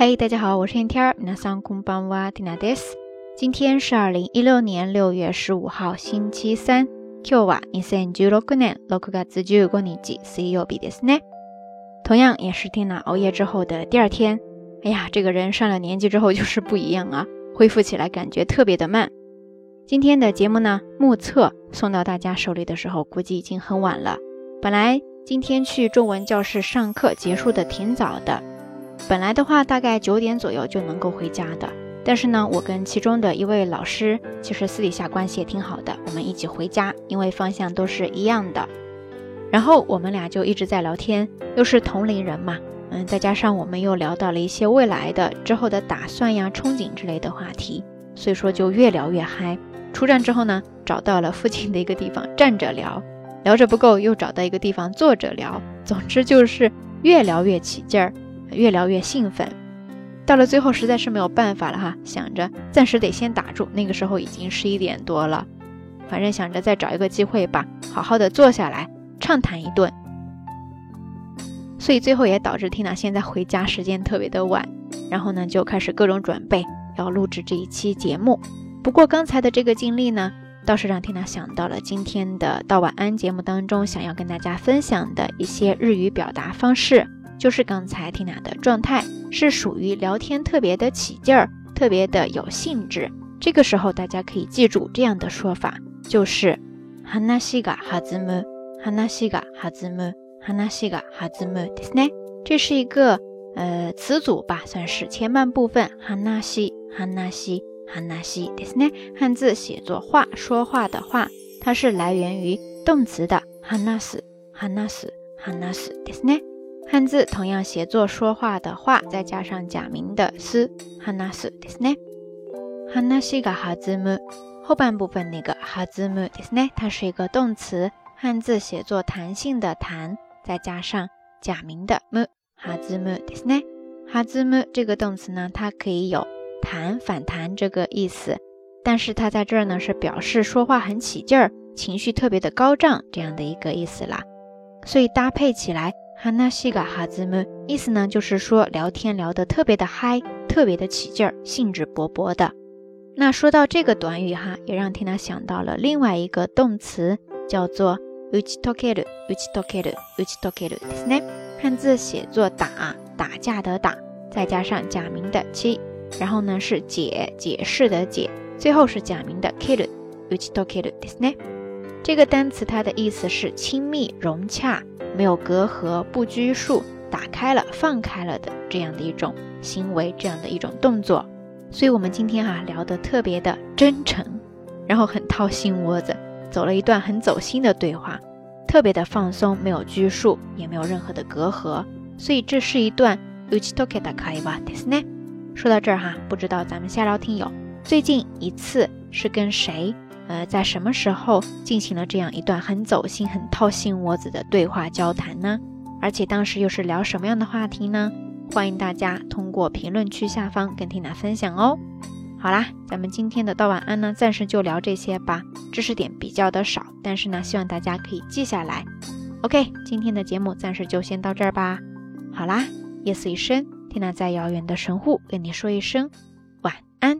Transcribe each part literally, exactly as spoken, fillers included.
嗨，大家好，我是天天，皆さんこんばんは、ティナです。今天是二零一六年六月十五号，星期三。今日はにせんじゅうろくねんろくがつじゅうごにち水曜日ですね。同样也是天娜熬夜之后的第二天。哎呀，这个人上了年纪之后就是不一样啊，恢复起来感觉特别的慢。今天的节目呢，目测送到大家手里的时候，估计已经很晚了。本来今天去中文教室上课结束的挺早的。本来的话大概九点左右就能够回家的，但是呢我跟其中的一位老师其实私底下关系也挺好的，我们一起回家，因为方向都是一样的。然后我们俩就一直在聊天，又是同龄人嘛，嗯，再加上我们又聊到了一些未来的之后的打算呀、憧憬之类的话题，所以说就越聊越嗨。出站之后呢，找到了附近的一个地方站着聊，聊着不够又找到一个地方坐着聊，总之就是越聊越起劲儿，越聊越兴奋。到了最后实在是没有办法了哈，想着暂时得先打住，那个时候已经十一点多了，反正想着再找一个机会吧，好好的坐下来畅谈一顿。所以最后也导致 Tina 现在回家时间特别的晚，然后呢就开始各种准备要录制这一期节目。不过刚才的这个经历呢，倒是让 Tina 想到了今天的到晚安节目当中想要跟大家分享的一些日语表达方式，就是刚才 Tina 的状态是属于聊天特别的起劲儿，特别的有兴致。这个时候大家可以记住这样的说法，就是話が弾む、話が弾む、話が弾むですね。这是一个呃词组吧，算是前半部分話、話、話ですね。汉字写作话，说话的话，它是来源于动词的話す、話す、話すですね。汉字同样写作说话的话，再加上假名的す、話すですね。話が弾む，后半部分那个弾むですね，它是一个动词，汉字写作弹性的弹，再加上假名的む、弾むですね。弾む这个动词呢，它可以有弹、反弹这个意思，但是它在这儿呢是表示说话很起劲儿，情绪特别的高涨这样的一个意思啦。所以搭配起来話が弾む，意思呢就是说聊天聊得特别的嗨，特别的起劲儿，兴致勃勃的。那说到这个短语哈，也让 Tina 想到了另外一个动词，叫做打ち解ける、打ち解ける、打ち解けるですね。汉字写作打，打架的打，再加上假名的ち，然后呢是解，解释的解，最后是假名的ける、打ち解けるですね。这个单词它的意思是亲密、融洽，没有隔阂，不拘束，打开了、放开了的这样的一种行为，这样的一种动作。所以我们今天啊聊得特别的真诚，然后很掏心窝子，走了一段很走心的对话，特别的放松，没有拘束，也没有任何的隔阂。所以这是一段打ち解けた会話ですね。说到这儿哈，不知道咱们下聊听友最近一次是跟谁呃，在什么时候进行了这样一段很走心、很掏心窝子的对话交谈呢？而且当时又是聊什么样的话题呢？欢迎大家通过评论区下方跟 Tina 分享哦。好啦，咱们今天的到晚安呢，暂时就聊这些吧，知识点比较的少，但是呢，希望大家可以记下来。OK， 今天的节目暂时就先到这儿吧。好啦，夜色已深， Tina 在遥远的神户跟你说一声晚安。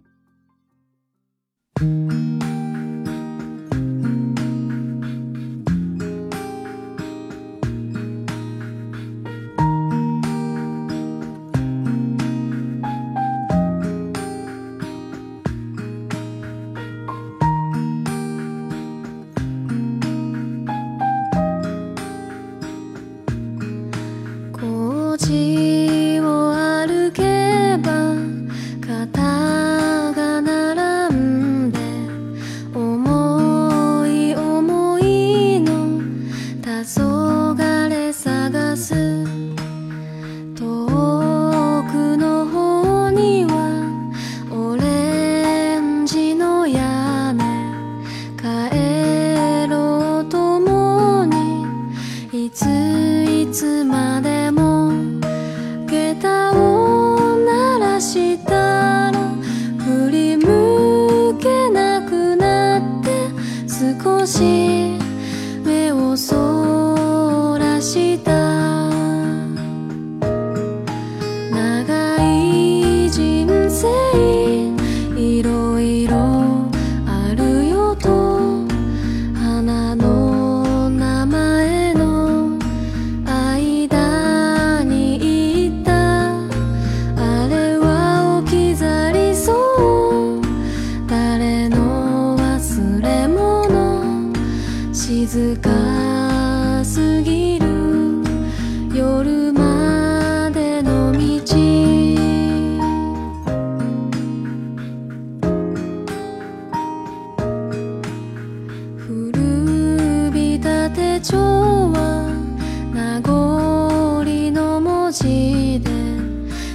街を歩けば肩が並んで思い思いの黄昏探す遠くの方にはオレンジの屋根帰ろうともにいついつまでも歌を鳴らしたら振り向けなくなって少し目をそらした長い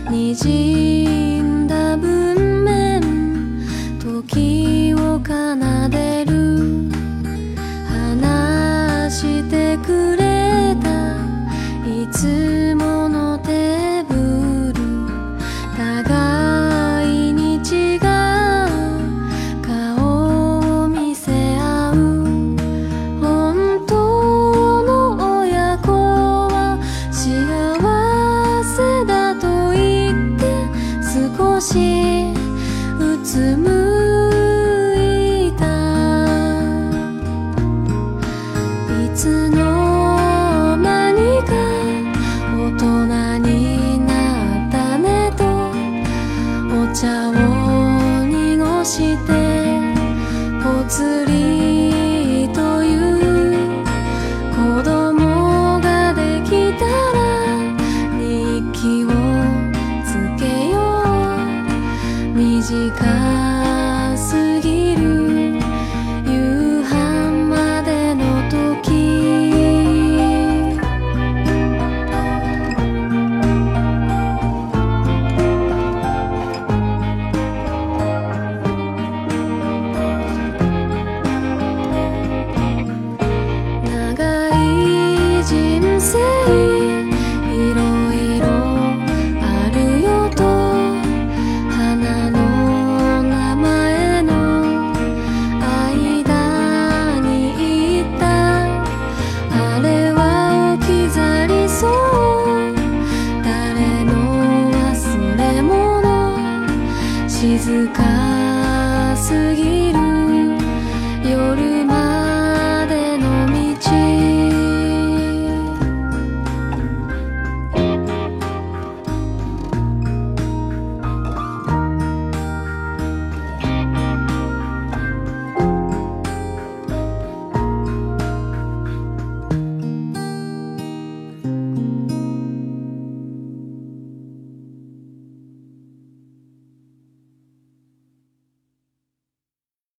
にじんだ文面時を奏でる話してくれたいつものテーブル互いに違う顔を見せ合う本当の親子は幸せだと言って少しうつむいたいつの間にか大人になったねとお茶を濁してぽつりという子供ができたら日記をつけよう短すぎる夕飯までの時長い人生いろいろあるよと花の名前の間に言ったあれは置き去りそう誰の忘れ物静かすぎる